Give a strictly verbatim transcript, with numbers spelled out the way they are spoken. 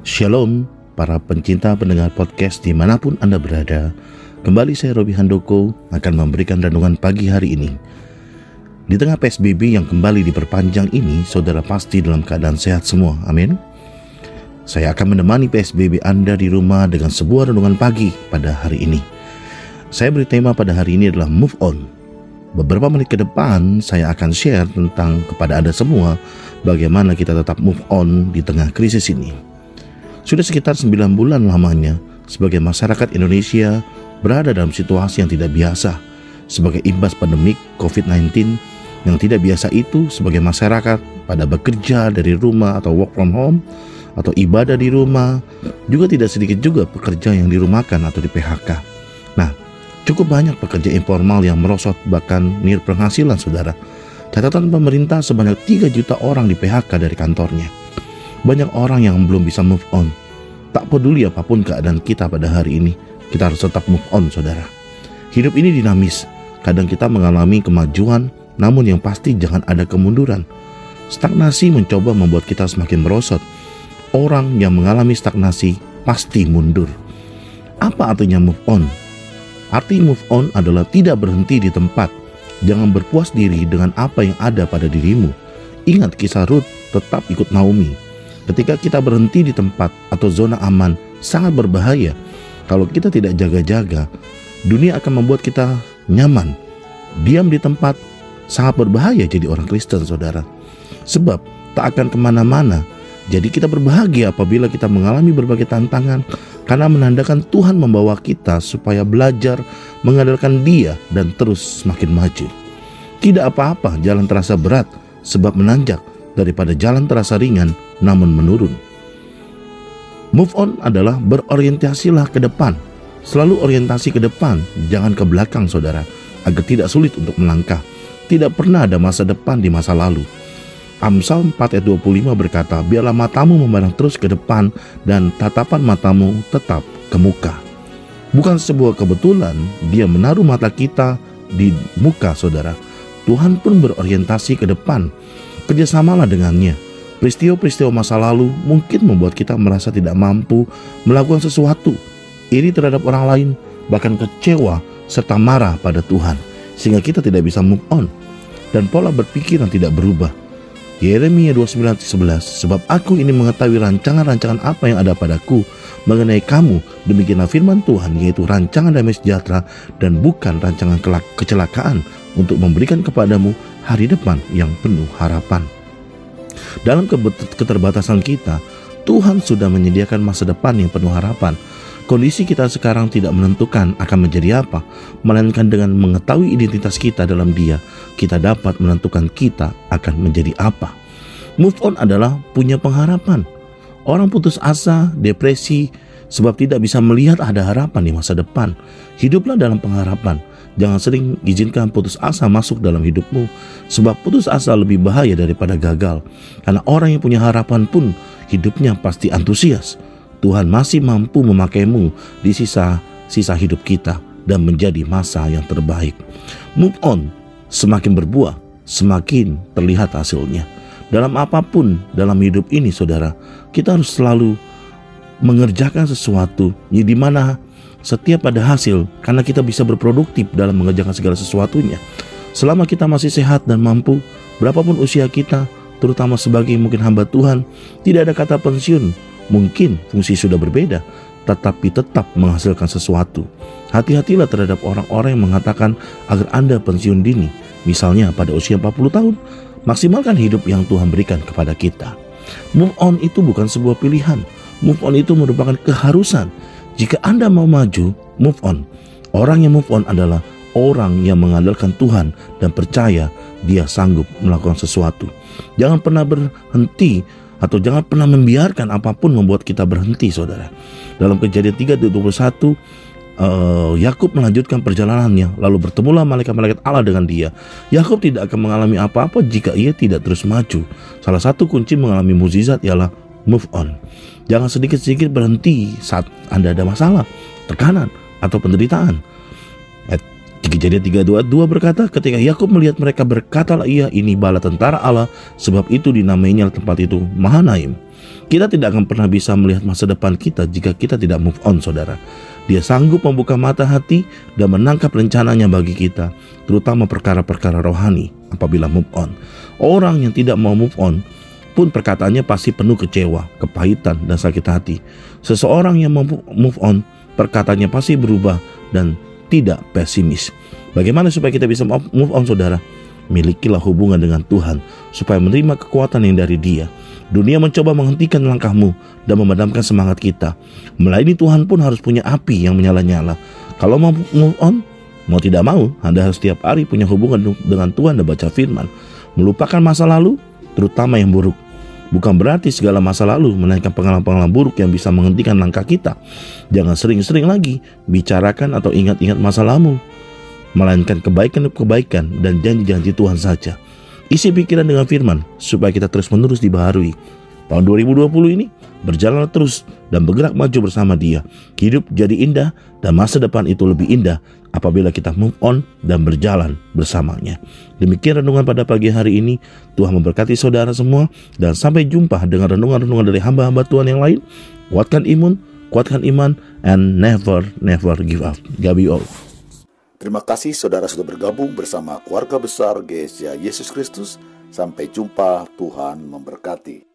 Shalom para pencinta pendengar podcast dimanapun Anda berada. Kembali saya Robi Handoko akan memberikan renungan pagi hari ini. Di tengah P S B B yang kembali diperpanjang ini, saudara pasti dalam keadaan sehat semua, amin. Saya akan menemani P S B B Anda di rumah dengan sebuah renungan pagi pada hari ini. Saya beri tema pada hari ini adalah move on. Beberapa menit ke depan saya akan share tentang kepada Anda semua bagaimana kita tetap move on di tengah krisis ini. Sudah sekitar sembilan bulan lamanya sebagai masyarakat Indonesia berada dalam situasi yang tidak biasa sebagai imbas pandemik covid sembilan belas yang tidak biasa itu. Sebagai masyarakat pada bekerja dari rumah atau work from home atau ibadah di rumah, juga tidak sedikit juga pekerja yang dirumahkan atau di P H K. Nah, cukup banyak pekerja informal yang merosot bahkan nir penghasilan, saudara. Catatan pemerintah sebanyak tiga juta orang di P H K dari kantornya. Banyak orang yang belum bisa move on. Tak peduli apapun keadaan kita pada hari ini, kita harus tetap move on, saudara. Hidup ini dinamis. Kadang kita mengalami kemajuan, namun yang pasti jangan ada kemunduran. Stagnasi mencoba membuat kita semakin merosot. Orang yang mengalami stagnasi pasti mundur. Apa artinya move on? Arti move on adalah tidak berhenti di tempat. Jangan berpuas diri dengan apa yang ada pada dirimu. Ingat kisah Ruth, tetap ikut Naomi. Ketika kita berhenti di tempat atau zona aman, sangat berbahaya. Kalau kita tidak jaga-jaga, dunia akan membuat kita nyaman. Diam di tempat sangat berbahaya jadi orang Kristen, saudara. Sebab tak akan kemana-mana. Jadi kita berbahagia apabila kita mengalami berbagai tantangan, karena menandakan Tuhan membawa kita supaya belajar mengandalkan Dia dan terus semakin maju. Tidak apa-apa jalan terasa berat, sebab menanjak daripada jalan terasa ringan namun menurun. Move on adalah berorientasilah ke depan. Selalu orientasi ke depan, jangan ke belakang, saudara, agar tidak sulit untuk melangkah. Tidak pernah ada masa depan di masa lalu. Amsal empat ayat dua puluh lima berkata, biarlah matamu memandang terus ke depan dan tatapan matamu tetap ke muka. Bukan sebuah kebetulan Dia menaruh mata kita di muka, saudara. Tuhan pun berorientasi ke depan. Kerjasamalah dengannya. Peristiwa-peristiwa masa lalu mungkin membuat kita merasa tidak mampu melakukan sesuatu, iri terhadap orang lain, bahkan kecewa serta marah pada Tuhan, sehingga kita tidak bisa move on dan pola berpikir yang tidak berubah. Yeremia dua puluh sembilan sebelas, sebab aku ini mengetahui rancangan-rancangan apa yang ada padaku mengenai kamu, demikianlah firman Tuhan, yaitu rancangan damai sejahtera dan bukan rancangan kecelakaan, untuk memberikan kepadamu hari depan yang penuh harapan. Dalam keterbatasan kita, Tuhan sudah menyediakan masa depan yang penuh harapan. Kondisi kita sekarang tidak menentukan akan menjadi apa, melainkan dengan mengetahui identitas kita dalam Dia, kita dapat menentukan kita akan menjadi apa. Move on adalah punya pengharapan. Orang putus asa, depresi, sebab tidak bisa melihat ada harapan di masa depan. Hiduplah dalam pengharapan. Jangan sering izinkan putus asa masuk dalam hidupmu, sebab putus asa lebih bahaya daripada gagal. Karena orang yang punya harapan pun hidupnya pasti antusias. Tuhan masih mampu memakaimu di sisa-sisa hidup kita dan menjadi masa yang terbaik. Move on, semakin berbuah, semakin terlihat hasilnya. Dalam apapun dalam hidup ini, saudara, kita harus selalu mengerjakan sesuatu di mana setiap ada hasil, karena kita bisa berproduktif dalam mengerjakan segala sesuatunya. Selama kita masih sehat dan mampu, berapapun usia kita, terutama sebagai mungkin hamba Tuhan, tidak ada kata pensiun. Mungkin fungsi sudah berbeda, tetapi tetap menghasilkan sesuatu. Hati-hatilah terhadap orang-orang yang mengatakan agar Anda pensiun dini. Misalnya pada usia empat puluh tahun, maksimalkan hidup yang Tuhan berikan kepada kita. Move on itu bukan sebuah pilihan. Move on itu merupakan keharusan. Jika Anda mau maju, move on. Orang yang move on adalah orang yang mengandalkan Tuhan dan percaya Dia sanggup melakukan sesuatu. Jangan pernah berhenti atau jangan pernah membiarkan apapun membuat kita berhenti, saudara. Dalam Kejadian tiga ayat dua puluh satu, uh, Yakub melanjutkan perjalanannya, lalu bertemulah malaikat-malaikat Allah dengan dia. Yakub tidak akan mengalami apa-apa jika ia tidak terus maju. Salah satu kunci mengalami mukjizat ialah move on. Jangan sedikit-sedikit berhenti saat Anda ada masalah, tekanan, atau penderitaan. Di Kejadian tiga ayat dua puluh dua berkata, ketika Yakub melihat mereka, berkatalah ia, ini bala tentara Allah, sebab itu dinamainya tempat itu Mahanaim. Kita tidak akan pernah bisa melihat masa depan kita jika kita tidak move on, saudara. Dia sanggup membuka mata hati dan menangkap rencananya bagi kita, terutama perkara-perkara rohani apabila move on. Orang yang tidak mau move on pun perkataannya pasti penuh kecewa, kepahitan, dan sakit hati. Seseorang yang mau move on, perkataannya pasti berubah dan tidak pesimis. Bagaimana supaya kita bisa move on, saudara? Milikilah hubungan dengan Tuhan supaya menerima kekuatan yang dari Dia. Dunia mencoba menghentikan langkahmu dan memadamkan semangat kita. Melayani Tuhan pun harus punya api yang menyala-nyala. Kalau mau move on, mau tidak mau, Anda harus setiap hari punya hubungan dengan Tuhan dan baca firman. Melupakan masa lalu, terutama yang buruk. Bukan berarti segala masa lalu menaikkan pengalaman-pengalaman buruk yang bisa menghentikan langkah kita. Jangan sering-sering lagi bicarakan atau ingat-ingat masa lalu, melainkan kebaikan-kebaikan dan janji-janji Tuhan saja. Isi pikiran dengan firman supaya kita terus-menerus dibaharui. Tahun dua ribu dua puluh ini berjalan terus dan bergerak maju bersama Dia. Hidup jadi indah dan masa depan itu lebih indah apabila kita move on dan berjalan bersamanya. Demikian renungan pada pagi hari ini. Tuhan memberkati saudara semua dan sampai jumpa dengan renungan-renungan dari hamba-hamba Tuhan yang lain. Kuatkan imun, kuatkan iman, and never, never give up. God be all. Terima kasih saudara sudah bergabung bersama keluarga besar G S C Yesus Kristus. Sampai jumpa, Tuhan memberkati.